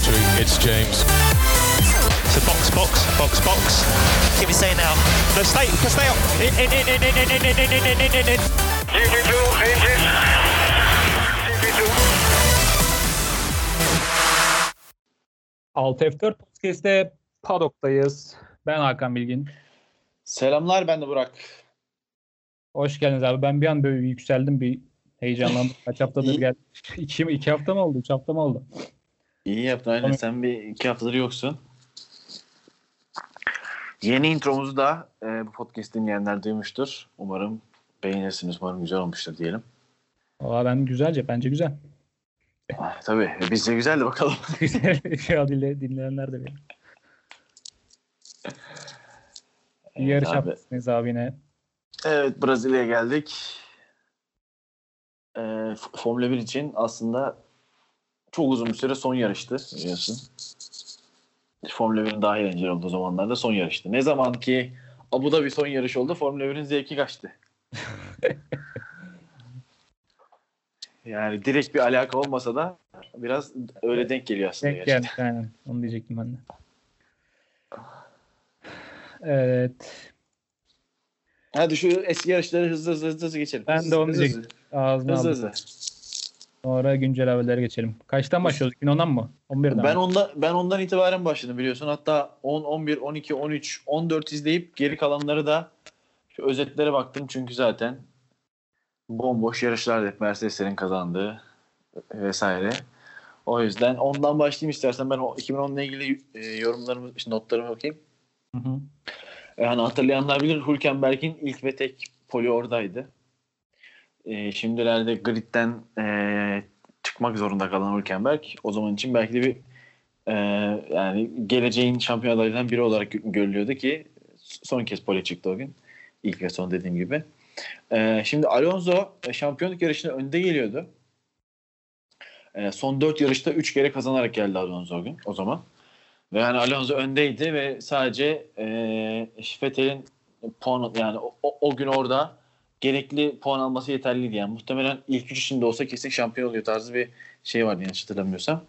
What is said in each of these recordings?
victory. It's James. So box. Give me say now. No, stay up. In. GP2, engine. GP2. 6F4 Podcast'te Paddock'tayız. Ben Hakan Bilgin. Selamlar, ben de Burak. Hoş geldiniz abi. Ben bir an böyle bir yükseldim, bir heyecanlandım. Kaç haftadır İyi. geldim. İki hafta mı oldu? 3 hafta mı oldu? İyi yaptın, aynen. Sen bir 2 haftadır yoksun. Yeni intromuzu da bu podcast dinleyenler duymuştur. Umarım beğenirsiniz, umarım güzel olmuştur diyelim. Valla bence güzel. Tabii, bizce güzeldi bakalım. Güzel. Dinleyenler de benim. Yarış yapmışsınız abi yine. Evet, Brezilya'ya geldik. Formula 1 için aslında çok uzun bir süre son yarıştı biliyorsun. Formula 1'in daha eğlenceli olduğu zamanlarda son yarıştı. Ne zaman ki Abu Dhabi son yarış oldu, Formula 1'in zevki kaçtı. Yani direkt bir alaka olmasa da biraz öyle denk geliyor aslında. Denk geldi, aynen. Onu diyecektim ben de. Evet. Hadi şu eski yarışları hızlı geçelim. Ben de onu diyecektim. Ağzına aldım. Hızlı. Sonra güncel haberlere geçelim. Kaçtan başlıyoruz? 2010'dan mı? 11'den Ben ondan itibaren başladım biliyorsun. Hatta 10, 11, 12, 13, 14 izleyip geri kalanları da şu özetlere baktım. Çünkü zaten bomboş yarışlardı hep Mercedes'lerin kazandığı vesaire. O yüzden ondan başlayayım istersen. Ben o 2010 ile ilgili yorumlarımı, notlarımı okuyayım. Hı. Yani hatırlayanlar bilir, Hülkenberg'in ilk ve tek poli oradaydı. Şimdilerde gridden çıkmak zorunda kalan Hülkenberg o zaman için belki de bir yani geleceğin şampiyon adaylarından biri olarak görülüyordu ki son kez pole çıktı o gün. İlk ve son dediğim gibi. Şimdi Alonso şampiyonluk yarışına önde geliyordu. Son 4 yarışta 3 kere kazanarak geldi Alonso o gün o zaman. Ve yani Alonso öndeydi ve sadece Vettel'in puan, yani o gün orada gerekli puan alması yeterliydi. Yani muhtemelen ilk 3 içinde olsa kesin şampiyon oluyor tarzı bir şey vardı yanlış hatırlamıyorsam.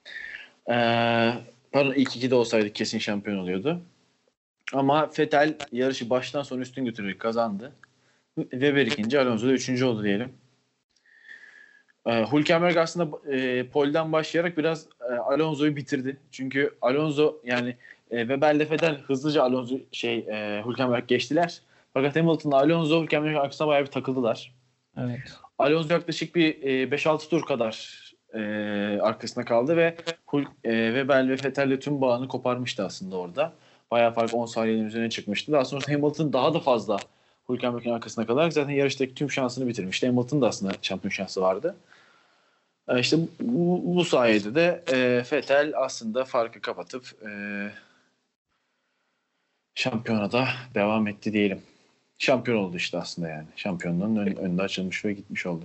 Pardon, ilk 2'de olsaydı kesin şampiyon oluyordu. Ama Vettel yarışı baştan sona üstün götürerek kazandı. Weber ikinci, Alonso da üçüncü oldu diyelim. Hülkenberg aslında pole'den başlayarak biraz Alonso'yu bitirdi. Çünkü Alonso yani Weber'le Vettel hızlıca Hülkenberg geçtiler. Fakat Hamilton'la Alonso Hülkenberg'in arkasına bayağı bir takıldılar. Evet. Alonso yaklaşık bir 5-6 tur kadar arkasında kaldı ve Weber ve Vettel'le tüm bağını koparmıştı aslında orada. Bayağı fark 10 saniyenin üzerine çıkmıştı. Daha sonra Hamilton daha da fazla Hülkenberg'in arkasına kalarak zaten yarıştaki tüm şansını bitirmişti. Hamilton'ın da aslında şampiyon şansı vardı. İşte bu sayede de Vettel aslında farkı kapatıp şampiyona da devam etti diyelim. Şampiyon oldu işte aslında yani. Şampiyonluğun önünde açılmış ve gitmiş oldu.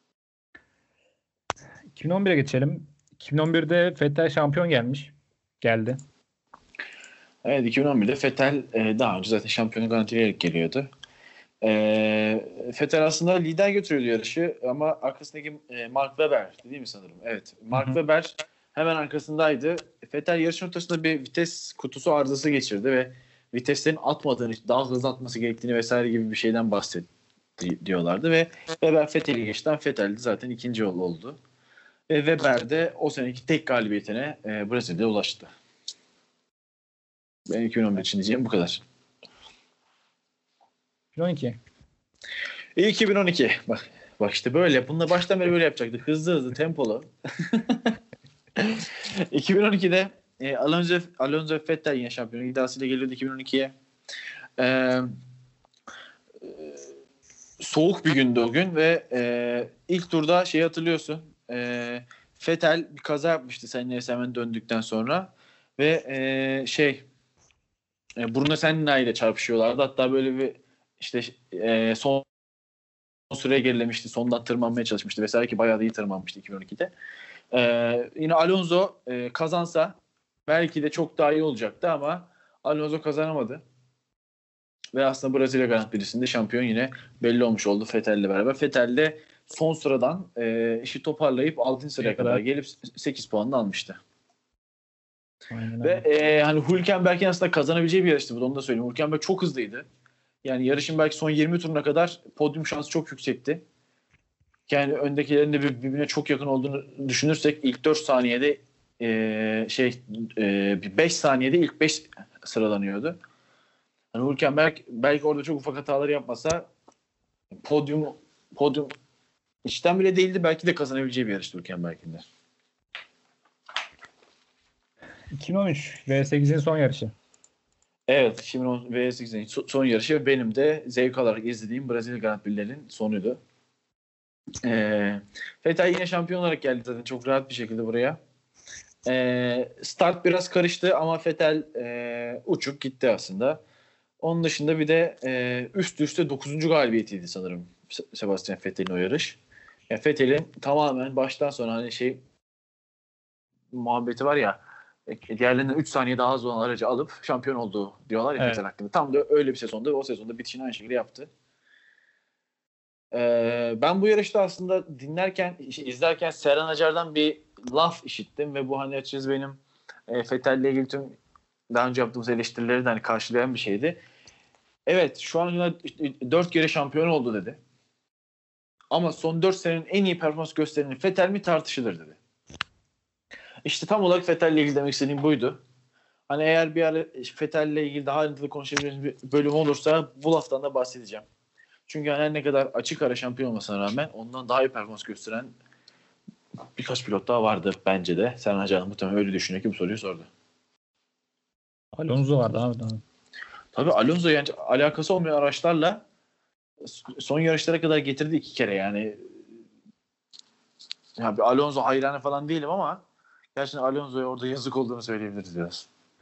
2011'e geçelim. 2011'de Vettel şampiyon geldi. Evet, 2011'de Vettel daha önce zaten şampiyonu garantileyerek geliyordu. Vettel aslında lider götürüyordu yarışı ama arkasındaki Mark Webber değil mi sanırım? Evet. Mark Webber hemen arkasındaydı. Vettel yarışın ortasında bir vites kutusu arızası geçirdi ve viteslerin atmadığını, daha hızlı atması gerektiğini vesaire gibi bir şeyden bahsetti diyorlardı ve Webber Vettel'i geçti. Vettel de zaten ikinci yol oldu. Ve Webber de o seneki tek galibiyetine Brezilya'da ulaştı. Ben 2011 için diyeceğim bu kadar. 2012. 2012. Bak işte böyle. Bununla baştan beri böyle yapacaktık. Hızlı tempolu. 2012'de Alonso Vettel yine şampiyon iddiasıyla geliyordu 2012'ye. Soğuk bir gündü o gün ve ilk turda hatırlıyorsun. Vettel bir kaza yapmıştı seninle hemen döndükten sonra ve Bruno Senna ile çarpışıyorlardı. Hatta böyle bir son süreye gerilemişti. Sondan tırmanmaya çalışmıştı vesaire ki bayağı da iyi tırmanmıştı 2012'de. Yine Alonso kazansa belki de çok daha iyi olacaktı ama Alonso kazanamadı. Ve aslında Brezilya Grand Prix'sinde şampiyon yine belli olmuş oldu Vettel'le beraber. Vettel de son sıradan işi toparlayıp 6. sıraya kadar gelip 8 puanını almıştı. Aynen Ve öyle. hani Hülkenberg'in aslında kazanabileceği bir yarıştı bu da, onu da söyleyeyim. Hülkenberg çok hızlıydı. Yani yarışın belki son 20 turuna kadar podyum şansı çok yüksekti. Yani öndekilerin de birbirine çok yakın olduğunu düşünürsek ilk 4 saniyede bir 5 saniyede ilk 5 sıralanıyordu. Hani Hülkenberg belki orada çok ufak hataları yapmasa podyum içten bile değildi, belki de kazanabileceği bir yarıştı Hülkenberg'in de. 2013 V8'in son yarışı. Evet, 2010 V8'in son yarışı ve benim de zevk alarak izlediğim Brezilya Grand Prix'lerin sonuydu. Vettel yine şampiyon olarak geldi zaten çok rahat bir şekilde buraya. Start biraz karıştı ama Vettel uçup gitti aslında. Onun dışında bir de üst üste 9. galibiyetiydi sanırım Sebastian Vettel'in o yarış. Yani Vettel'in tamamen baştan sona hani muhabbeti var ya, diğerlerinden 3 saniye daha az olan aracı alıp şampiyon olduğu diyorlar ya, Evet. Vettel hakkında. Tam da öyle bir sezonda ve o sezonda bitişini aynı şekilde yaptı. Ben bu yarışta aslında izlerken Serhan Acar'dan bir laf işittim ve bu hani açıkçası benim Vettel'le ilgili tüm daha önce yaptığımız eleştirileri de hani karşılayan bir şeydi. Evet, şu an 4 kere şampiyon oldu dedi. Ama son 4 senenin en iyi performans göstereni Vettel mi tartışılır dedi. İşte tam olarak Vettel'le ilgili demek istediğim buydu. Hani eğer bir ara Vettel'le ilgili daha ayrıntılı konuşabileceğimiz bir bölüm olursa bu laftan da bahsedeceğim. Çünkü her ne kadar açık ara şampiyon olmasına rağmen ondan daha iyi performans gösteren birkaç pilot daha vardı bence de. Serhan Acar muhtemelen öyle düşünüyor ki bu soruyu sordu. Alonso vardı abi. Tabii Alonso yani alakası olmayan araçlarla son yarışlara kadar getirdi 2 kere yani. Ya bir Alonso hayranı falan değilim ama gerçekten Alonso'ya orada yazık olduğunu söyleyebiliriz biraz.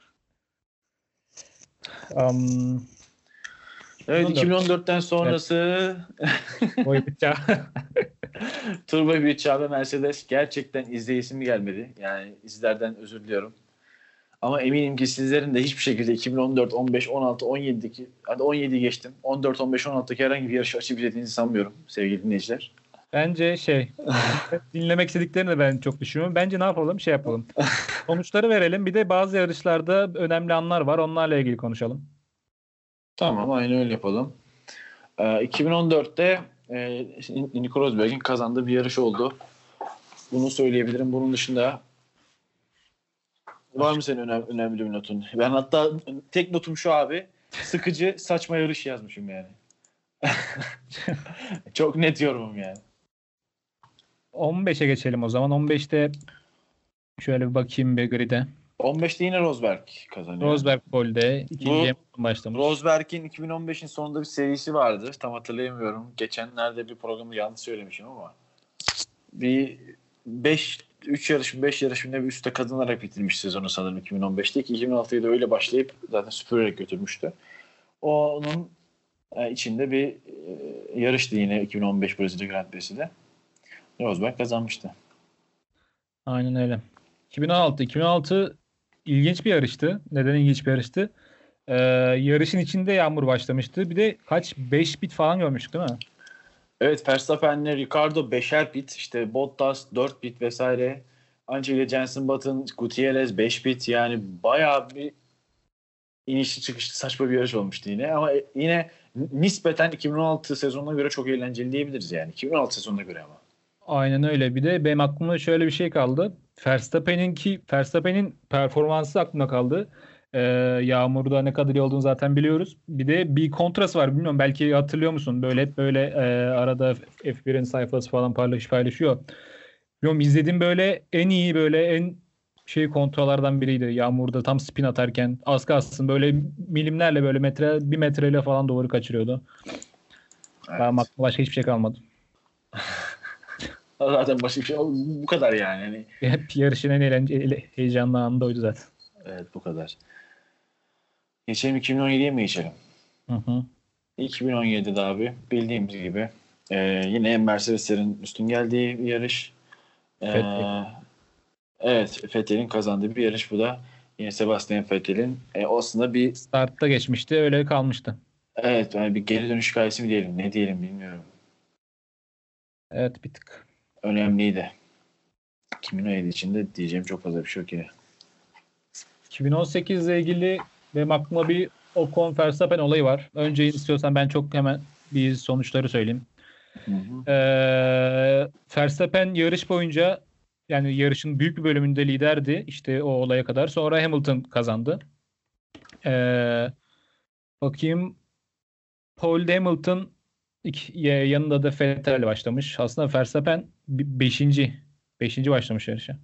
Evet, 2014'ten sonrası Oy bıçağı. Turbo bir çağ Mercedes gerçekten izleyesim gelmedi. Yani izlerden özür diliyorum. Ama eminim ki sizlerin de hiçbir şekilde 2014, 15, 16, 17'deki, hadi 17'yi geçtim. 14, 15, 16'daki herhangi bir yarışı açıp izlediğinizi sanmıyorum sevgili dinleyiciler. Bence dinlemek istediklerini de ben çok düşünüyorum. Bence ne yapalım? Yapalım. Sonuçları verelim. Bir de bazı yarışlarda önemli anlar var. Onlarla ilgili konuşalım. Tamam, aynı öyle yapalım. 2014'te Nico Rosberg'in kazandığı bir yarış oldu. Bunu söyleyebilirim. Bunun dışında var mı senin önemli bir notun? Ben hatta tek notum şu abi. Sıkıcı, saçma yarış yazmışım yani. Çok net yorumum yani. 15'e geçelim o zaman. 15'te şöyle bir bakayım bir grid'e. 15'te yine Rosberg kazanıyor. Rosberg pole'de. İkinciye başlamış. Rosberg'in 2015'in sonunda bir serisi vardı. Tam hatırlayamıyorum. Geçenlerde bir programda yanlış söylemişim ama bir 5 yarışında bir üstte kazanarak bitirmiş sezonu sanırım 2015'te. 2016'yı da öyle başlayıp zaten süpürerek götürmüştü. Onun içinde bir yarıştı yine 2015 Brezilya Grand Prix'si de. Rosberg kazanmıştı. Aynen öyle. 2016 ilginç bir yarıştı. Neden ilginç bir yarıştı? Yarışın içinde yağmur başlamıştı. Bir de 5 bit falan görmüştük değil mi? Evet, Verstappen'le Ricardo 5'er bit, işte Bottas 4 bit vesaire. Aynı şekilde Jenson Button, Gutierrez 5 bit, yani bayağı bir inişli çıkışlı saçma bir yarış olmuştu yine. Ama yine nispeten 2016 sezonuna göre çok eğlenceli diyebiliriz yani. 2016 sezonuna göre ama. Aynen öyle. Bir de benim aklımda şöyle bir şey kaldı. Verstappen'in performansı aklımda kaldı. Yağmurda ne kadar iyi olduğunu zaten biliyoruz. Bir de bir kontrast var. Bilmiyorum, belki hatırlıyor musun? Böyle hep böyle arada F1'in sayfası falan paylaşıyor. Bilmiyorum, izlediğim böyle en iyi, böyle en kontralardan biriydi. Yağmurda tam spin atarken az kalsın böyle milimlerle, böyle bir metreyle falan doğru kaçırıyordu. Evet. Benim aklımda başka hiçbir şey kalmadı. Zaten başka bir şey bu kadar yani. Hep yarışın en eğlenceli, heyecanlı anı da oydu zaten. Evet, bu kadar. Geçelim 2017'ye mi geçelim? Hı. 2017'de abi bildiğimiz gibi yine Mercedes'lerin üstün geldiği bir yarış. Evet, Vettel'in kazandığı bir yarış bu da. Yine Sebastian Vettel'in aslında bir Startta geçmişti, öyle kalmıştı. evet, yani bir geri dönüş hikayesi mi diyelim, ne diyelim bilmiyorum. Evet, bir tık. Önemliydi. 2017 için de diyeceğim çok fazla bir şey yok yine. 2018 ile ilgili benim aklıma bir Ocon Verstappen olayı var. Önce istiyorsan ben çok hemen bir sonuçları söyleyeyim. Verstappen yarış boyunca, yani yarışın büyük bir bölümünde liderdi işte o olaya kadar. Sonra Hamilton kazandı. Bakayım, Paul Hamilton yanında da Vettel başlamış. Aslında Verstappen 5. başlamış yarışa.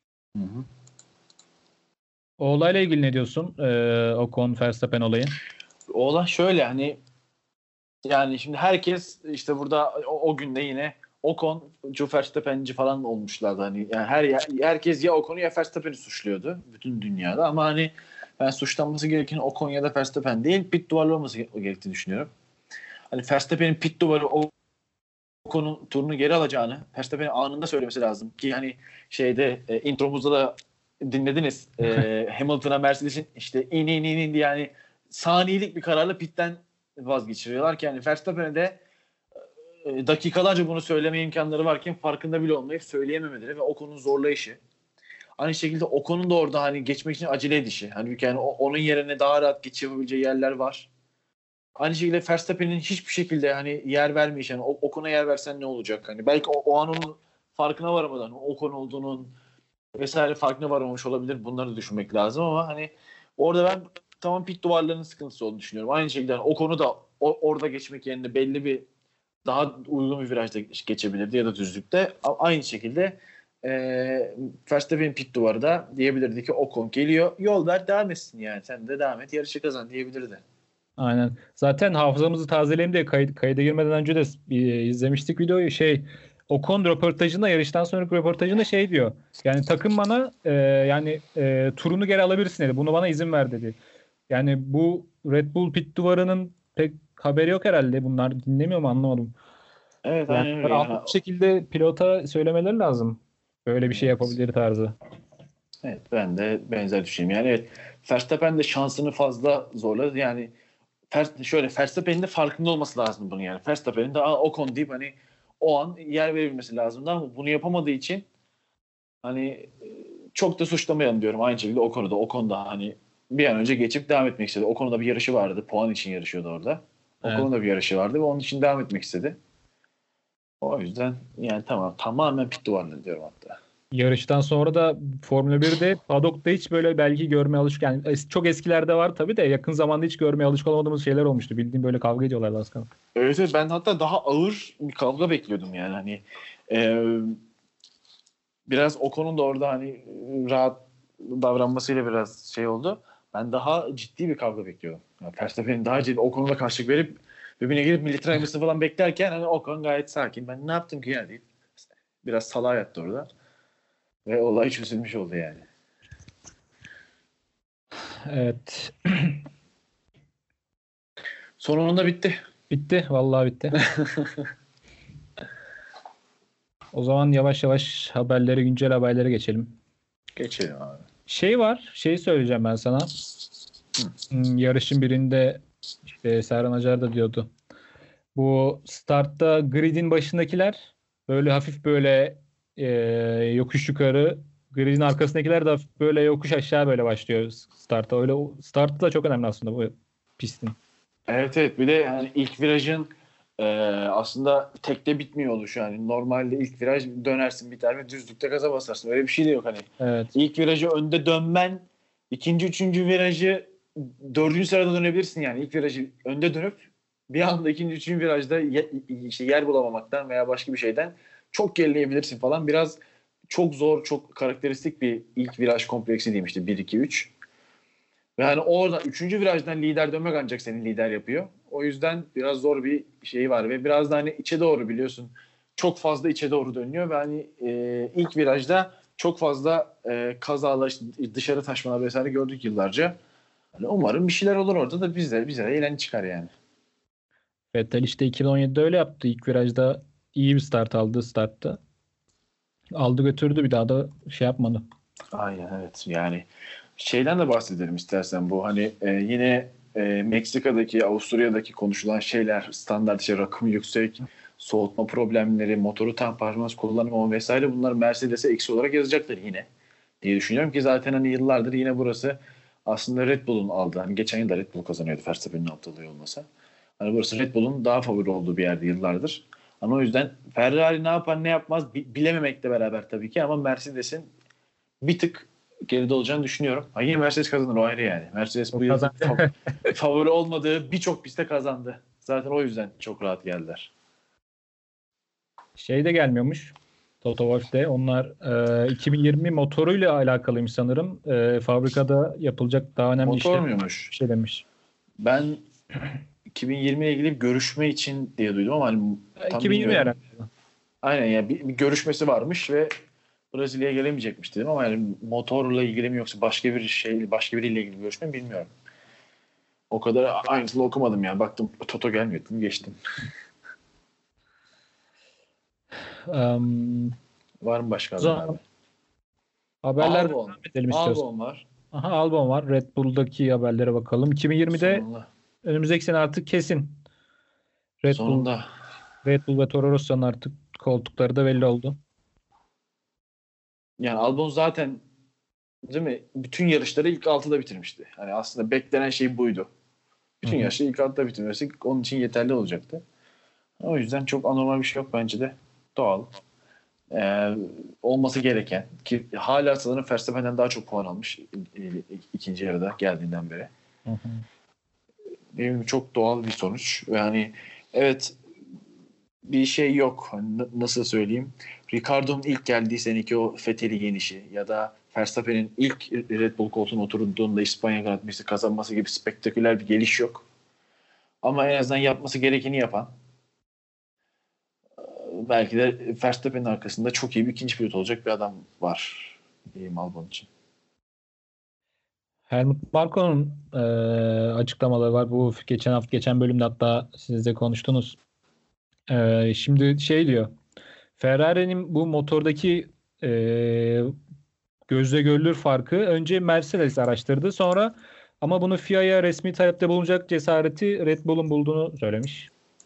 O olayla ilgili ne diyorsun? Ocon Verstappen olayı. Olay şöyle, hani yani şimdi herkes işte burada o günde yine Ocon, Verstappen'ci falan olmuşlardı. Hani yani herkes ya Ocon'u ya Verstappen'i suçluyordu bütün dünyada, ama hani ben suçlanması gereken Ocon ya da Verstappen değil, pit duvarlı olması gerektiğini düşünüyorum. Hani Verstappen'in pit duvarı Ocon'un turunu geri alacağını Verstappen'in anında söylemesi lazım ki hani intromuzda da dinlediniz. Hamilton'a Mercedes'in işte in diye yani saniyelik bir kararla pitten vazgeçiriyorlar ki yani Verstappen'e de dakikalarca bunu söyleme imkanları varken farkında bile olmayıp söyleyememeleri ve Ocon'un zorlayışı. Aynı şekilde Ocon'un da orada hani geçmek için acele edişi. Hani yani onun yerine daha rahat geçebileceği yerler var. Aynı şekilde Verstappen'in hiçbir şekilde hani yer vermeyiş. Yani Ocon'a yer versen ne olacak? Hani belki o an onun farkına varamadan Ocon olduğunun vesaire farkına varamamış olabilir. Bunları da düşünmek lazım ama hani orada ben tamam pit duvarlarının sıkıntısı olduğunu düşünüyorum. Aynı şekilde yani Ocon'u da orada geçmek yerine belli bir daha uygun bir virajda geçebilirdi ya da düzlükte. Aynı şekilde Verstappen'in pit duvarı da diyebilirdi ki Ocon geliyor. Yol ver, devam etsin yani. Sen de devam et, yarışı kazan diyebilirdi. Aynen. Zaten hafızamızı tazeleyelim diye kayda girmeden önce de izlemiştik videoyu. Ocon röportajında, yarıştan sonraki röportajında diyor. Yani takım bana turunu geri alabilirsin dedi. Bunu bana izin ver dedi. Yani bu Red Bull pit duvarının pek haberi yok herhalde. Bunlar dinlemiyor mu, anlamadım. Evet, Yani aynen öyle. bu şekilde pilota söylemeleri lazım. Böyle bir şey yapabilir tarzı. Evet, ben de benzer düşünüyorum. Yani evet, Verstappen de şansını fazla zorladı. Yani Verstappen'in de farkında olması lazım bunu yani. Verstappen'in de Ocon deyip hani o an yer verilmesi lazımdı ama bunu yapamadığı için hani çok da suçlamayalım diyorum. Aynı şekilde Ocon da hani bir an önce geçip devam etmek istedi. Ocon'un da bir yarışı vardı. Puan için yarışıyordu orada. Evet. Ocon'un da bir yarışı vardı ve onun için devam etmek istedi. O yüzden yani tamamen pit duvarları diyorum hatta. Yarıştan sonra da Formula 1'de paddock'ta hiç böyle belki görmeye alışık, yani çok eskilerde var tabii de yakın zamanda hiç görmeye alışık olmadığımız şeyler olmuştu. Bildiğim böyle kavga ediyorlardı az kalın. Evet, ben hatta daha ağır bir kavga bekliyordum yani hani biraz Ocon'un da orada hani rahat davranmasıyla biraz oldu. Ben daha ciddi bir kavga bekliyordum. Yani Verstappen'in daha ciddi Ocon'la karşılık verip birbirine girip millet ayırmasını falan beklerken hani Ocon gayet sakin. Ben ne yaptım ki ya deyip biraz salağa yattı orada. Ve olay çözülmüş oldu yani. Evet. Sonunda bitti. Bitti. Vallahi bitti. O zaman yavaş yavaş güncel haberlere geçelim. Geçelim abi. Şeyi söyleyeceğim ben sana. Yarışın birinde işte Serhan Acar da diyordu. Bu startta gridin başındakiler böyle hafif böyle yokuş yukarı, gridin arkasındakiler de hafif böyle yokuş aşağı böyle başlıyor startta. Öyle startı da çok önemli aslında bu pistin. Evet, bir de yani ilk virajın aslında tekte bitmiyor oluşu yani. Normalde ilk viraj dönersin biter ve düzlükte gaza basarsın. Öyle bir şey de yok hani. Evet. İlk virajı önde dönmen, ikinci, üçüncü virajı dördüncü sırada dönebilirsin yani. İlk virajı önde dönüp bir anda ikinci, üçüncü virajda yer bulamamaktan veya başka bir şeyden çok gerileyebilirsin falan. Biraz çok zor, çok karakteristik bir ilk viraj kompleksi diyeyim işte 1-2-3. Ve hani orada 3. virajdan lider dönmek ancak seni lider yapıyor. O yüzden biraz zor bir şey var ve biraz da hani içe doğru biliyorsun. Çok fazla içe doğru dönüyor ve hani ilk virajda çok fazla kazalar, işte dışarı taşmalar vesaire gördük yıllarca. Yani umarım bir şeyler olur orada da bize de eğlence çıkar yani. Vettel işte 2017'de öyle yaptı. İlk virajda iyi bir start aldı startta. Aldı götürdü, bir daha da yapmadı. Aynen, evet. Yani şeyden de bahsedelim istersen, bu hani yine Meksika'daki, Avusturya'daki konuşulan şeyler, standart işte rakım yüksek, soğutma problemleri, motoru tam performans kullanımı vesaire, bunlar Mercedes'e eksi olarak yazacaklar yine diye düşünüyorum ki zaten hani yıllardır yine burası aslında Red Bull'un aldığı, hani geçen yıl da Red Bull kazanıyordu Verstappen'in altılı olmasa. Hani burası Red Bull'un daha favori olduğu bir yerde yıllardır. Hani o yüzden Ferrari ne yapar ne yapmaz bilememekle beraber tabii ki, ama Mercedes'in bir tık geride olacağını düşünüyorum. Ha, yine Mercedes kazanır, o ayrı yani. Mercedes bu yıl favori olmadığı birçok pistte kazandı. Zaten o yüzden çok rahat geldiler. Şey de gelmiyormuş. Toto Wolff'te. Onlar 2020 motoruyla alakalıymış sanırım. Fabrikada yapılacak daha önemli Motor işlem muymuş? bir şey demiş. Ben 2020 ile ilgili bir görüşme için diye duydum ama hani tam 2020 bilmiyorum. herhalde. Aynen yani bir görüşmesi varmış ve Brezilya'ya gelemeyecekmiş dedim, ama yani motorla ilgili mi yoksa başka bir şey, başka biriyle ilgili bir görüşme mi bilmiyorum. O kadar ayrıntılı okumadım ya. Baktım Toto gelmiyor dedim, geçtim. Var mı başka abi? Haberler Albon. devam edelim istiyorsan. Albon var. Aha, Albon var. Red Bull'daki haberlere bakalım. 2020'de Sonunda. önümüzdeki sene artık kesin. Sonunda. Red Bull ve Toro Rosso'nun artık koltukları da belli oldu. Yani Albon zaten, değil mi, bütün yarışları ilk 6'da bitirmişti. Hani aslında beklenen şey buydu. Bütün yarışları ilk 6'da bitirmesi onun için yeterli olacaktı. O yüzden çok anormal bir şey yok bence de. Doğal. Olması gereken, ki hala sanırım Verstappen'den daha çok puan almış ikinci yarıda geldiğinden beri. Benim çok doğal bir sonuç. Yani evet, bir şey yok. Hani nasıl söyleyeyim? Ricardo'nun ilk geldiği seneki o Vettel'i yenişi ya da Verstappen'in ilk Red Bull koltuğuna oturduğunda İspanya Grand Prix'si kazanması gibi spektaküler bir geliş yok. Ama en azından yapması gerekeni yapan, belki de Verstappen'in arkasında çok iyi bir ikinci pilot olacak bir adam var diyeyim Albon için. Helmut Marko'nun açıklamaları var. Bu geçen bölümde hatta siz de konuştunuz. Şimdi şey diyor. Ferrari'nin bu motordaki gözle görülür farkı önce Mercedes araştırdı. Sonra ama bunu FIA'ya resmi talepte bulunacak cesareti Red Bull'un bulduğunu söylemiş.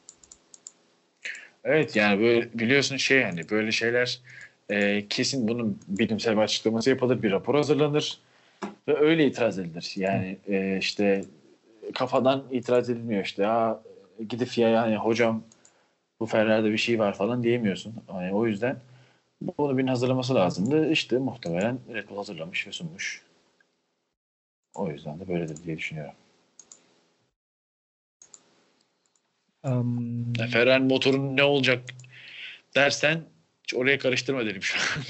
Evet, yani böyle biliyorsun yani böyle şeyler kesin bunun bilimsel bir açıklaması yapılır, bir rapor hazırlanır ve öyle itiraz edilir. Yani işte kafadan itiraz edilmiyor işte. Gidip FIA'ya hani hocam bu Ferrari'de bir şey var falan diyemiyorsun. Yani o yüzden bunu birinin hazırlaması lazımdı. İşte muhtemelen Red Bull hazırlamış ve sunmuş. O yüzden de böyledir diye düşünüyorum. Ferrari motorun ne olacak dersen hiç oraya karıştırma derim şu an.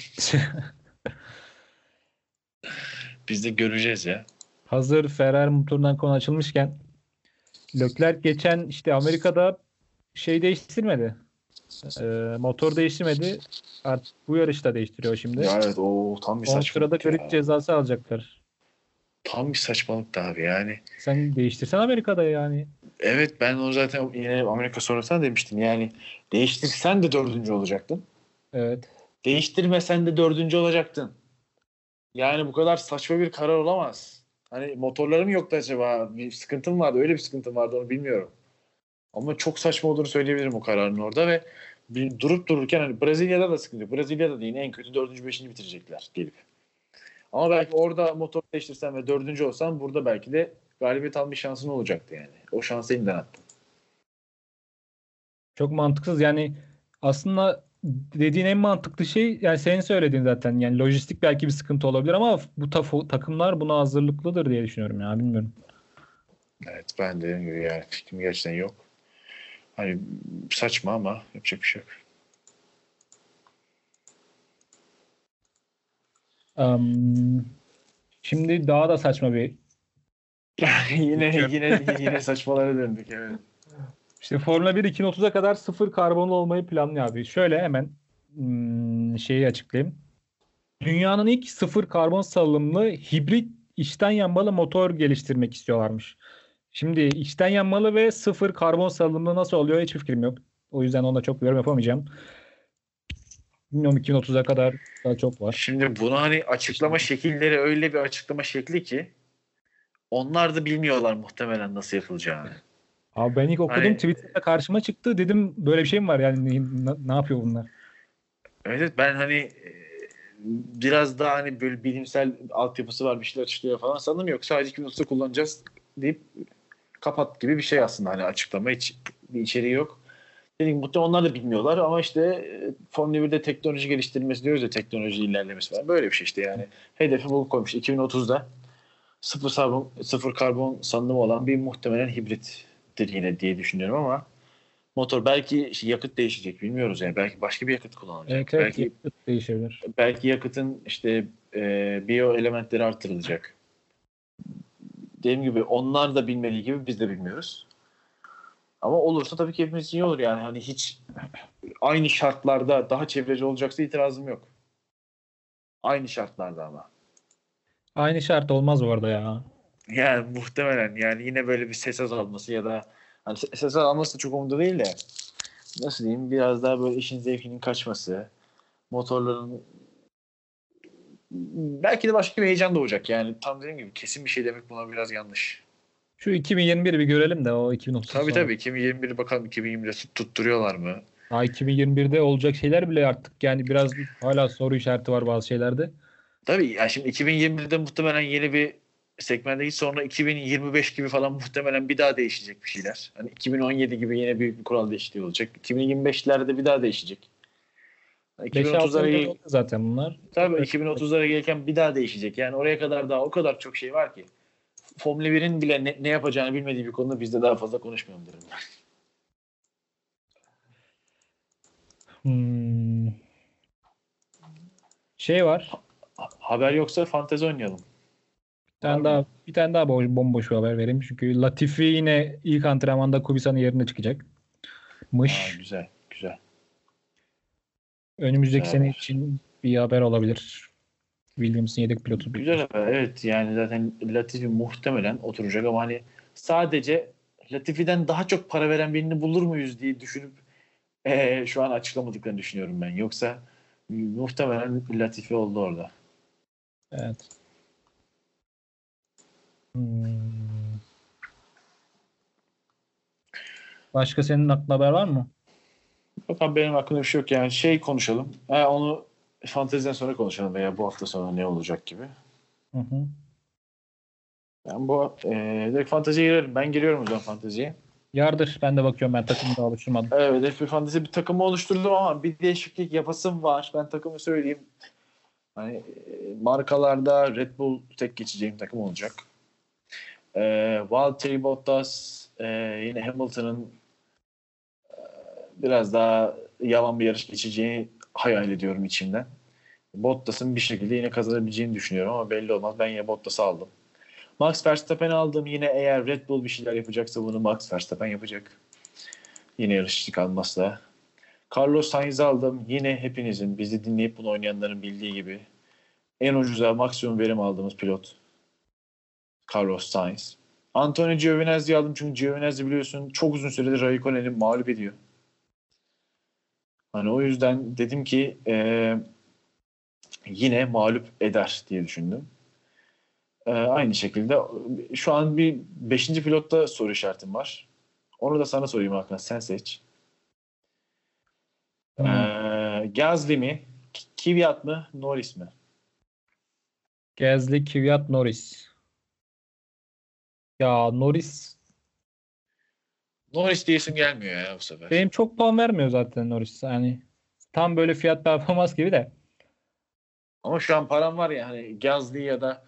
Biz de göreceğiz ya. Hazır Ferrari motorundan konu açılmışken Leclerc geçen işte Amerika'da şey değiştirmedi. Motor değiştirmedi. Artık bu yarışta değiştiriyor şimdi. Ya evet, o tam bir 10 saçmalık. sırada grid cezası alacaklar. Tam bir saçmalık abi yani. Sen değiştirsen Amerika'da yani. Evet, ben onu zaten yine Amerika sonrasında demiştim. Yani değiştirsen de 4. olacaktın. Evet. Değiştirmesen de 4. olacaktın. Yani bu kadar saçma bir karar olamaz. Hani motorlarım yoktu acaba? Bir sıkıntım vardı. Öyle bir sıkıntım vardı, onu bilmiyorum. Ama çok saçma olduğunu söyleyebilirim o kararın orada ve durup dururken hani Brezilya'da da sıkıntı yok. Brezilya'da da yine en kötü 4. 5. bitirecekler gelip. Ama belki orada motor değiştirsen ve 4. olsan burada belki de galibiyet alma şansın olacaktı yani. O şansı elinden attın. Çok mantıksız yani aslında dediğin en mantıklı şey yani senin söylediğin zaten yani lojistik belki bir sıkıntı olabilir ama bu takımlar buna hazırlıklıdır diye düşünüyorum ya bilmiyorum. Evet, ben de dediğim gibi yani fikrim gerçekten yok. Hani saçma ama yapacak bir şey yok. Şimdi daha da saçma bir yine saçmalara döndük, evet. İşte Formula 1 2030'a kadar sıfır karbonlu olmayı planlıyor abi. Şöyle hemen şeyi açıklayayım. Dünyanın ilk sıfır karbon salınımlı hibrit içten yanmalı motor geliştirmek istiyorlarmış. Şimdi içten yanmalı ve sıfır karbon salınımlı nasıl oluyor hiçbir fikrim yok. O yüzden ona çok yorum yapamayacağım. Bilmiyorum 2030'a kadar daha çok var. Şimdi bunu hani açıklama şekilleri öyle bir açıklama şekli ki onlar da bilmiyorlar muhtemelen nasıl yapılacağını. Abi ben ilk okudum Hani, Twitter'da karşıma çıktı. Dedim böyle bir şey mi var yani ne yapıyor bunlar? evet, ben hani biraz daha hani böyle bilimsel altyapısı var, bir şeyler açıklıyor falan sanırım, yok. Sadece 2030'da kullanacağız deyip kapat gibi bir şey aslında, hani açıklama, hiç bir içeriği yok. Dediğim gibi muhtemelen onlar da bilmiyorlar ama işte Formula 1'de teknoloji geliştirilmesi diyoruz ya, teknoloji ilerlemesi falan, böyle bir şey işte yani. Hedefi bu koymuş 2030'da sıfır karbon salınımı olan bir muhtemelen hibrittir yine diye düşünüyorum ama motor belki yakıt değişecek, bilmiyoruz yani, belki başka bir yakıt kullanılacak. Evet, yakıt değişebilir. Belki yakıtın işte biyo elementleri artırılacak. Dediğim gibi onlar da bilmediği gibi biz de bilmiyoruz. Ama olursa tabii ki hepimiz için iyi olur yani. Hani hiç aynı şartlarda daha çevreci olacaksa itirazım yok. Aynı şartlarda ama. Aynı şart olmaz bu arada ya. Yani muhtemelen yani yine böyle bir ses azalması ya da hani ses azalması da çok umurumda değil de, nasıl diyeyim, biraz daha böyle işin zevkinin kaçması, motorların belki de başka bir heyecan doğacak yani, tam dediğim gibi kesin bir şey demek buna biraz yanlış. Şu 2021'i bir görelim de o 2030 Tabii sonra. tabii 2021 bakalım 2020'de tutturuyorlar mı? Daha 2021'de olacak şeyler bile artık yani biraz hala soru işareti var bazı şeylerde. Tabii ya, şimdi 2021'de muhtemelen yeni bir segmentteki, sonra 2025 gibi falan muhtemelen bir daha değişecek bir şeyler. Hani 2017 gibi yine büyük bir kural değişikliği olacak. 2025'lerde bir daha değişecek. Hani 5-6 2030'lara yılda oldu zaten bunlar. tabii Tekrar 2030'lara gelirken bir daha değişecek. Yani oraya kadar daha o kadar çok şey var ki. Formula 1'in bile ne yapacağını bilmediği bir konuda biz de daha fazla konuşmayalım derim ben. Hmm. Şey var. Haber yoksa fantezi oynayalım. Var mı? Bir tane daha bomboş bir haber vereyim. Çünkü Latifi yine ilk antrenmanda Kubica'nın yerine çıkacakmış. Güzel, güzel. Önümüzdeki Güzel sene haber. için bir haber olabilir. Williams'ın yedek pilotu. Güzel haber. Evet yani zaten Latifi muhtemelen oturacak ama hani sadece Latifi'den daha çok para veren birini bulur muyuz diye düşünüp şu an açıklamadıklarını düşünüyorum ben. Yoksa muhtemelen Latifi oldu orada. Evet. Hmm. Başka senin aklında haber var mı? Yok abi, benim aklımda bir şey yok yani, şey konuşalım. Onu fanteziden sonra konuşalım veya bu hafta sonra ne olacak gibi. Hı hı. Ben bu direkt fanteziye girelim. Ben giriyorum o zaman fanteziye. Yardır. Ben de bakıyorum. Ben takımı daha oluşturmadım. Evet, F1 Fantezi bir takımı oluşturdum ama bir değişiklik yapasım var. Ben takımı söyleyeyim. Hani markalarda Red Bull tek geçeceğim takım olacak. Valtteri Bottas, yine Hamilton'ın biraz daha yavan bir yarış geçeceğini hayal ediyorum içimden. Bottas'ın bir şekilde yine kazanabileceğini düşünüyorum ama belli olmaz. Ben yine Bottas'ı aldım. Max Verstappen'i aldım. Yine eğer Red Bull bir şeyler yapacaksa bunu Max Verstappen yapacak. Yine yarışçı kalmazsa. Carlos Sainz'i aldım. Yine hepinizin, bizi dinleyip bunu oynayanların bildiği gibi en ucuza maksimum verim aldığımız pilot Carlos Sainz. Antonio Giovinazzi'yi aldım çünkü Giovinazzi biliyorsun çok uzun süredir Raikkonen'i mağlup ediyor. Hani o yüzden dedim ki yine mağlup eder diye düşündüm. Aynı şekilde şu an bir 5. pilotta soru işaretim var. Onu da sana sorayım Hakan. Sen seç. Hmm. Gasly mi? Kvyat mı? Norris mi? Gasly, Kvyat, Norris. Ya Norris Norris diye isim gelmiyor ya bu sefer. benim çok puan vermiyor zaten Norris. Yani tam böyle fiyat performans gibi de. Ama şu an param var ya, hani Gasly ya da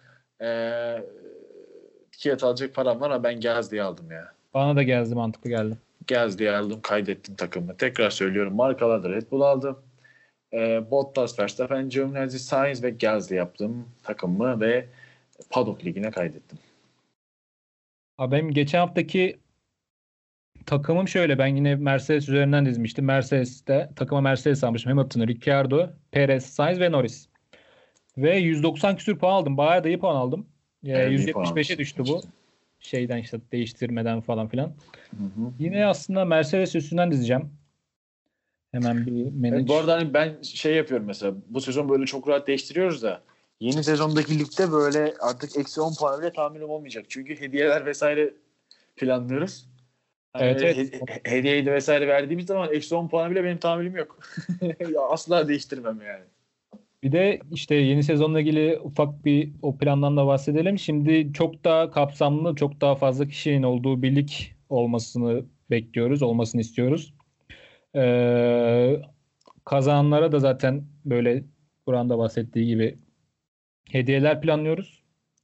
Kvyat alacak param var ama ben Gasly'yi aldım ya. Bana da Gasly mantıklı geldi. Gasly'yi aldım, kaydettim takımı. Tekrar söylüyorum, markalarda Red Bull aldım. Bottas, Verstappen, Giovinazzi, Sainz ve Gasly yaptım takımımı ve Paddock Ligi'ne kaydettim. Abi benim geçen haftaki takımım şöyle. Ben yine Mercedes üzerinden dizmiştim. Mercedes'te takıma Mercedes almışım. Hamilton, Ricciardo, Perez, Sainz ve Norris. Ve 190 küsür puan aldım. Bayağı da iyi puan aldım. İyi puan 175'e düştü bu. almışsın. Şeyden işte değiştirmeden falan filan. Hı hı. Yine aslında Mercedes üstünden dizeceğim. Hemen bir Evet, manage. bu arada hani ben şey yapıyorum mesela, bu sezon böyle çok rahat değiştiriyoruz da yeni sezondaki ligde böyle artık eksi 10 puan bile tahminim olmayacak. Çünkü hediyeler vesaire planlıyoruz. Hani Evet, öyle evet. hediyeyi de vesaire verdiğimiz zaman eksi 10 puanı bile benim tahminim yok. Asla değiştirmem yani. Bir de işte yeni sezonla ilgili ufak bir o plandan da bahsedelim. Şimdi çok daha kapsamlı, çok daha fazla kişinin olduğu bir lig olmasını bekliyoruz, olmasını istiyoruz. Ee, Kazananlara da zaten böyle Kur'an'da bahsettiği gibi hediyeler planlıyoruz.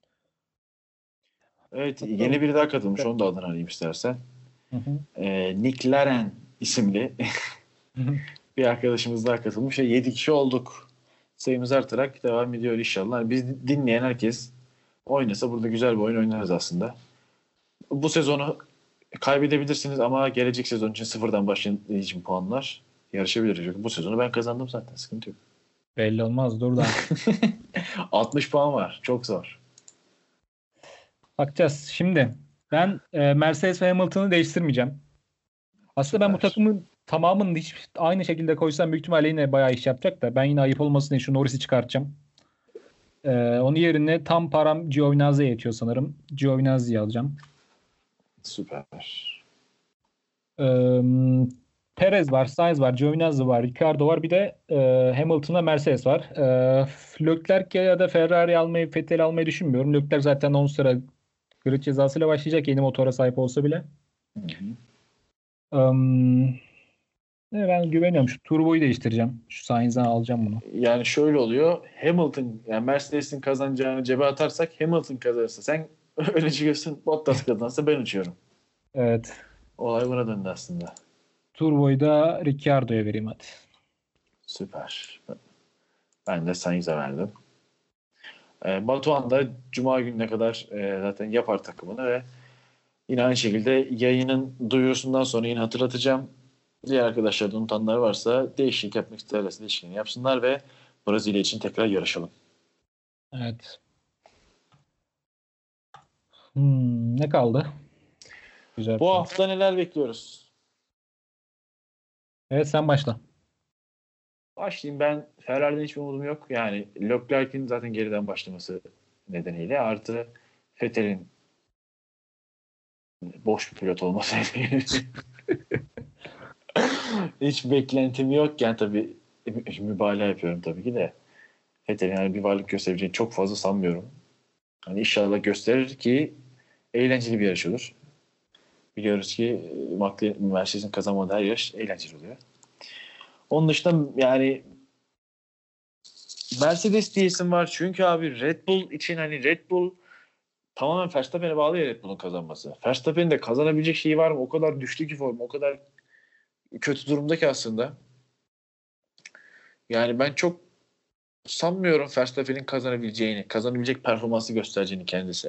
Evet, yeni biri daha katılmış. Onu da adını arayayım istersen. Hı hı. Nick Laren isimli bir arkadaşımız daha katılmış. 7 kişi olduk. Sayımız artarak devam ediyor inşallah. Yani biz dinleyen herkes oynasa burada güzel bir oyun oynarız aslında. Bu sezonu kaybedebilirsiniz ama gelecek sezon için sıfırdan başlayan için puanlar yarışabiliriz. Çünkü bu sezonu ben kazandım zaten. Sıkıntı yok. Belli olmaz. Dur da 60 puan var. Çok zor. bakacağız. Şimdi ben Mercedes ve Hamilton'ı değiştirmeyeceğim. Aslında ben bu Süper. takımın tamamını hiç aynı şekilde koysam büyük ihtimalle yine bayağı iş yapacak da ben yine ayıp olmasın diye şu Norris'i çıkartacağım. Onun yerine tam param Giovinazzi'ye yetiyor sanırım. Giovinazzi'yi alacağım. Süper. Ee, Perez var, Sainz var, Giovinazzi var, Ricardo var. Bir de Hamilton'la Mercedes var. Leclerc ya da Ferrari almayı, Vettel almayı düşünmüyorum. Leclerc zaten 10 sıra grid cezasıyla başlayacak yeni motora sahip olsa bile. Hı-hı. Ben güveniyorum. Şu turboyu değiştireceğim. Şu Sainz'den alacağım bunu. Yani şöyle oluyor. Hamilton, yani Mercedes'in kazanacağını cebe atarsak Hamilton kazanırsa sen öne çıkıyorsun. Bottas kazanırsa ben uçuyorum. Evet. Olay buna döndü aslında. Turboyu da Ricciardo'ya vereyim hadi. Süper. Ben de Sainz'e verdim. Batuhan da Cuma gününe kadar zaten yapar takımını ve yine aynı şekilde yayının duyurusundan sonra yine hatırlatacağım. Diğer arkadaşlar da unutanlar varsa değişiklik yapmak isterlerse değişikliğini yapsınlar ve Brezilya için tekrar yarışalım. Evet. Ne kaldı? Güzel. Bu hafta neler bekliyoruz? Evet sen başla. Başlayayım. Ben Ferrari'den hiçbir umudum yok. Yani Leclerc'in zaten geriden başlaması nedeniyle artı Vettel'in boş bir pilot olması nedeniyle hiç beklentim yokken tabii mübalağa yapıyorum tabii ki de. Vettel'in yani bir varlık gösterebileceğini çok fazla sanmıyorum. Hani inşallah gösterir ki eğlenceli bir yarış olur. Biliyoruz ki Mercedes'in kazanmadığı her yarış eğlenceli oluyor. Onun dışında yani Mercedes diye isim var. Çünkü abi Red Bull için hani Red Bull tamamen Verstappen'e bağlı ya Red Bull'un kazanması. Verstappen'in de kazanabilecek şeyi var mı? O kadar düştü ki form, o kadar kötü durumda ki aslında. Yani ben çok sanmıyorum Verstappen'in kazanabileceğini, kazanabilecek performansı göstereceğini kendisi.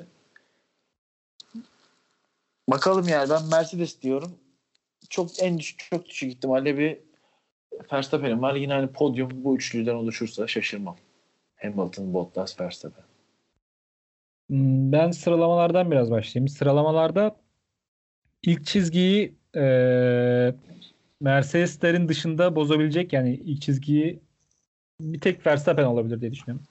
Bakalım yani ben Mercedes diyorum. Çok düşük ihtimalle bir Verstappen'im var. Yine hani podyum bu üçlüden oluşursa şaşırmam. Hamilton, Bottas, Verstappen. Ben sıralamalardan biraz başlayayım. Sıralamalarda ilk çizgiyi Mercedeslerin dışında bozabilecek yani ilk çizgiyi bir tek Verstappen olabilir diye düşünüyorum.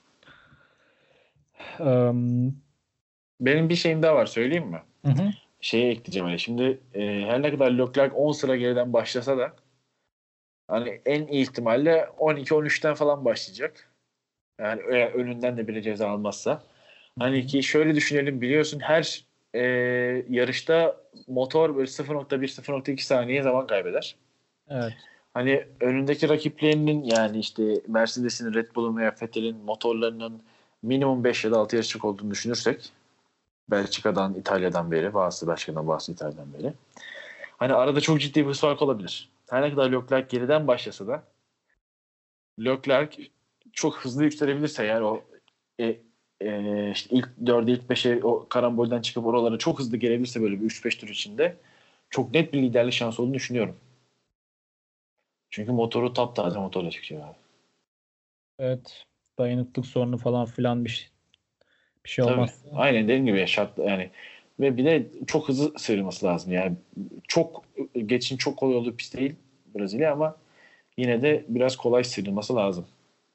Benim bir şeyim daha var söyleyeyim mi? Hı. Şeye ekleyeceğim öyle. Şimdi her ne kadar Leclerc 10 sıra geriden başlasa da hani en iyi ihtimalle 12-13'ten falan başlayacak. Yani önünden de bile ceza almazsa. Hani ki şöyle düşünelim biliyorsun her yarışta motor böyle 0.1-0.2 saniye zaman kaybeder. Evet. Hani önündeki rakiplerinin yani işte Mercedes'in, Red Bull'un veya Vettel'in motorlarının minimum 5 ya da 6 yarışlık olduğunu düşünürsek Belçika'dan, İtalya'dan beri, bazı Belçika'dan, bazı İtalya'dan beri. Hani arada çok ciddi bir fark olabilir. Her ne kadar Leclerc geriden başlasa da Leclerc çok hızlı yükselebilirse eğer o işte ilk 4'e ilk 5'e o karambolden çıkıp oralara çok hızlı gelebilirse böyle bir 3-5 tur içinde çok net bir liderlik şansı olduğunu düşünüyorum. Çünkü motoru taptaze motorla çıkacak abi. Evet. Dayanıklık sorunu falan filan bir şey olmaz. Tabii. Aynen dediğim gibi şart yani ve bir de çok hızlı sıyrılması lazım. Yani çok geçin çok kolay olduğu pist değil Brezilya ama yine de biraz kolay sıyrılması lazım.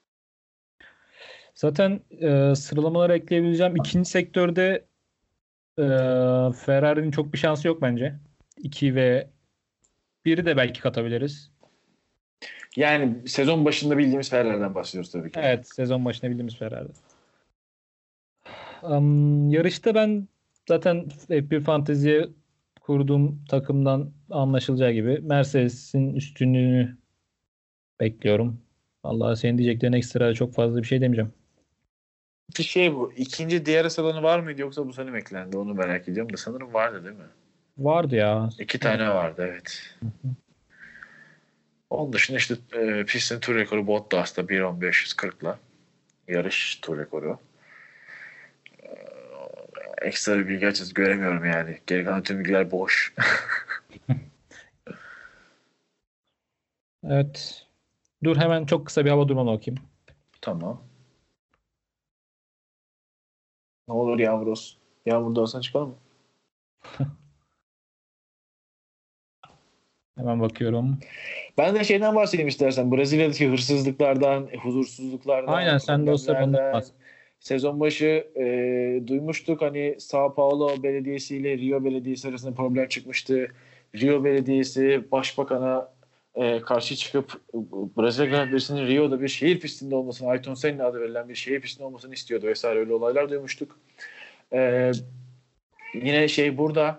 Zaten sıralamalara ekleyebileceğim. İkinci sektörde Ferrari'nin çok bir şansı yok bence. 2 ve 1'i de belki katabiliriz. Yani sezon başında bildiğimiz Ferrari'den bahsediyoruz tabii ki. Evet, sezon başında bildiğimiz Ferrari. Yarışta ben zaten F1 Fantasy'ye kurduğum takımdan anlaşılacağı gibi Mercedes'in üstünlüğünü bekliyorum. Allah senin diyeceklerin ekstra çok fazla bir şey demeyeceğim. Bir şey bu. İkinci DRS alanı var mıydı yoksa bu sene mi eklendi? Onu merak ediyorum da sanırım vardı değil mi? Vardı ya. 2 tane vardı evet. Onun dışında işte pistin tur rekoru Bottas'ta 1.15.40'la yarış tur rekoru. Ekstra bir bilgi açısı göremiyorum yani. Geri kalan tüm bilgiler boş. Evet. Dur hemen çok kısa bir hava durumuna bakayım. Tamam. Ne olur yağmur olsun. Yağmurda olsan çıkalım mı? Hemen bakıyorum. Ben de şeyden bahsedeyim istersen. Brezilya'daki hırsızlıklardan, huzursuzluklardan, Aynen sen de o sırada ondan problemlerden. bahset. Sezon başı duymuştuk hani Sao Paulo Belediyesi ile Rio Belediyesi arasında problem çıkmıştı. Rio Belediyesi başbakana karşı çıkıp Brezilya Grand Prix'sinin Rio'da bir şehir pistinde olmasını, Ayrton Senna adı verilen bir şehir pistinde olmasını istiyordu vesaire öyle olaylar duymuştuk. Yine şey burada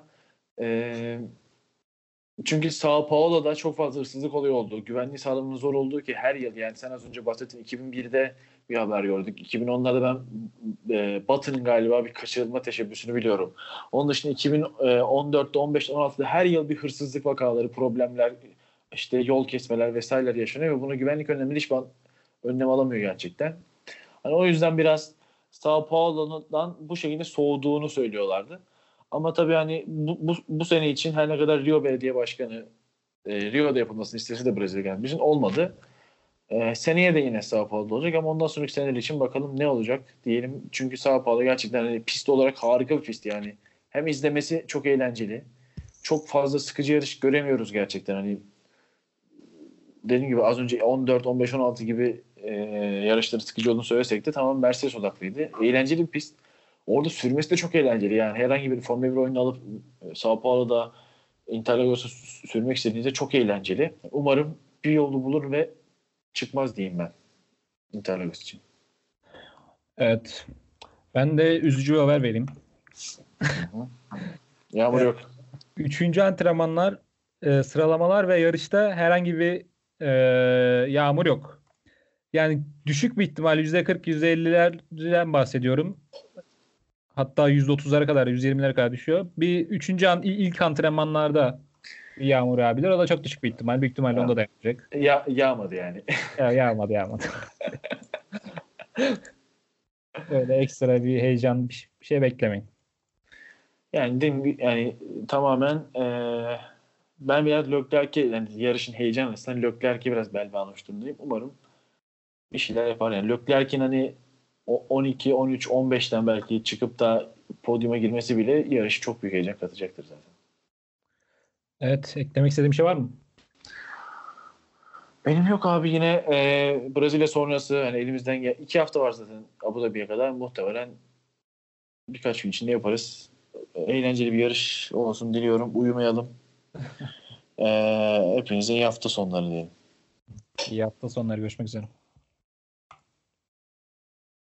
çünkü Sao Paulo'da çok fazla hırsızlık oluyor oldu. Güvenliği sağlamanın zor olduğu ki her yıl yani sen az önce bahsettin 2001'de bir haber gördük. 2010'larda ben Batı'nın galiba bir kaçırılma teşebbüsünü biliyorum. Onun dışında 2014'te, 15'te, 16'da her yıl bir hırsızlık vakaları, problemler, işte yol kesmeler vesaireler yaşanıyor ve bunu güvenlik önlemleri hiç önlem alamıyor gerçekten. Hani o yüzden biraz Sao Paulo'dan bu şekilde soğuduğunu söylüyorlardı. Ama tabii hani bu sene için her ne kadar Rio Belediye Başkanı Rio'da yapılmasını istese de Brezilya Grand Prix'sin olmadı. Seneye de yine Sao Paulo'da olacak ama ondan sonraki seneler için bakalım ne olacak diyelim. Çünkü Sao Paulo gerçekten hani pist olarak harika bir pist yani. Hem izlemesi çok eğlenceli. Çok fazla sıkıcı yarış göremiyoruz gerçekten. Hani dediğim gibi az önce 14, 15, 16 gibi yarışları sıkıcı olduğunu söylesek de tamam Mercedes odaklıydı. Eğlenceli bir pist. Orada sürmesi de çok eğlenceli. Yani herhangi bir Formula 1 oyunu alıp Sao Paulo'da Interlagos'a sürmek istediğinizde çok eğlenceli. Umarım bir yolu bulur ve çıkmaz diyeyim ben Interlagos için. Evet. Ben de üzücü bir haber vereyim. Yağmur Evet. yok. Üçüncü antrenmanlar, sıralamalar ve yarışta herhangi bir yağmur yok. Yani düşük bir ihtimal %40, %50'lerden bahsediyorum. Hatta %30'lara kadar, %20'lere kadar düşüyor. Bir üçüncü ilk antrenmanlarda bir yağmur yağabilir. O da çok düşük bir ihtimal. Büyük ihtimalle onda da yapacak. Yağmadı yani. Yağmadı. Öyle ekstra bir heyecan bir şey beklemeyin. Yani tamamen ben biraz Leclerc'e yani yarışın heyecanı açısından Leclerc'e biraz bel bağlamış durumdayım. Umarım bir şeyler yapar. Yani Leclerc'in hani 12, 13, 15'ten belki çıkıp da podyuma girmesi bile yarışı çok büyük heyecan katacaktır zaten. Evet, eklemek istediğim bir şey var mı? Benim yok abi yine Brezilya sonrası hani elimizden 2 hafta var zaten Abu Dhabi'ye kadar muhtemelen birkaç gün içinde yaparız. Eğlenceli bir yarış olsun diliyorum. Uyumayalım. Hepinize iyi hafta sonları diyelim. İyi hafta sonları görüşmek üzere.